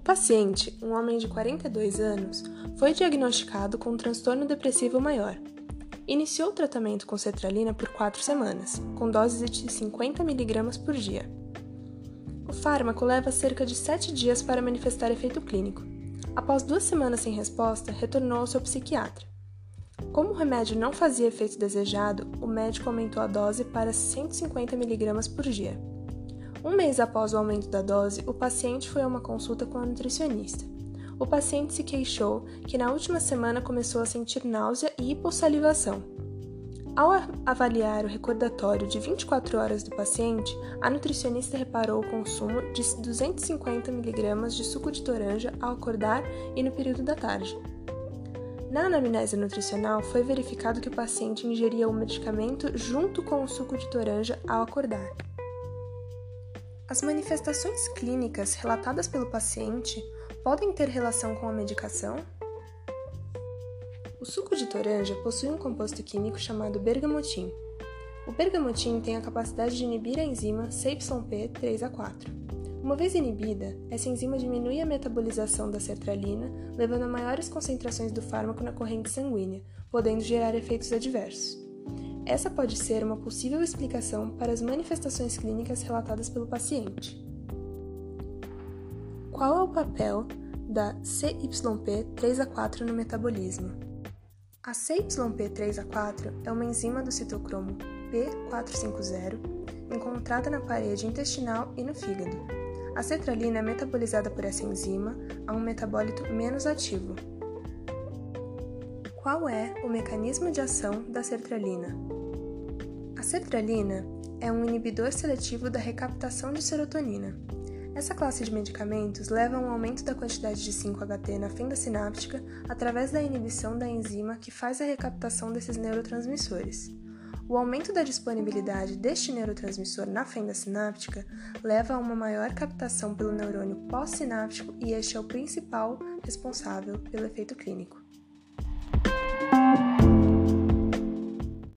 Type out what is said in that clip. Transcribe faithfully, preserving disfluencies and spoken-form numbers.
paciente, um homem de quarenta e dois anos, foi diagnosticado com um transtorno depressivo maior. Iniciou o tratamento com sertralina por quatro semanas, com doses de cinquenta miligramas por dia. O fármaco leva cerca de sete dias para manifestar efeito clínico. Após duas semanas sem resposta, retornou ao seu psiquiatra. Como o remédio não fazia efeito desejado, o médico aumentou a dose para cento e cinquenta miligramas por dia. Um mês após o aumento da dose, o paciente foi a uma consulta com a nutricionista. O paciente se queixou que na última semana começou a sentir náusea e hipossalivação. Ao avaliar o recordatório de vinte e quatro horas do paciente, a nutricionista reparou o consumo de duzentos e cinquenta miligramas de suco de toranja ao acordar e no período da tarde. Na anamnese nutricional, foi verificado que o paciente ingeria o medicamento junto com o suco de toranja ao acordar. As manifestações clínicas relatadas pelo paciente podem ter relação com a medicação? O suco de toranja possui um composto químico chamado bergamotim. O bergamotim tem a capacidade de inibir a enzima C Y P três A quatro. Uma vez inibida, essa enzima diminui a metabolização da sertralina, levando a maiores concentrações do fármaco na corrente sanguínea, podendo gerar efeitos adversos. Essa pode ser uma possível explicação para as manifestações clínicas relatadas pelo paciente. Qual é o papel da C Y P três A quatro no metabolismo? A C Y P três A quatro é uma enzima do citocromo P quatrocentos e cinquenta encontrada na parede intestinal e no fígado. A sertralina é metabolizada por essa enzima a um metabólito menos ativo. Qual é o mecanismo de ação da sertralina? A sertralina é um inibidor seletivo da recaptação de serotonina. Essa classe de medicamentos leva a um aumento da quantidade de cinco H T na fenda sináptica através da inibição da enzima que faz a recaptação desses neurotransmissores. O aumento da disponibilidade deste neurotransmissor na fenda sináptica leva a uma maior captação pelo neurônio pós-sináptico e este é o principal responsável pelo efeito clínico.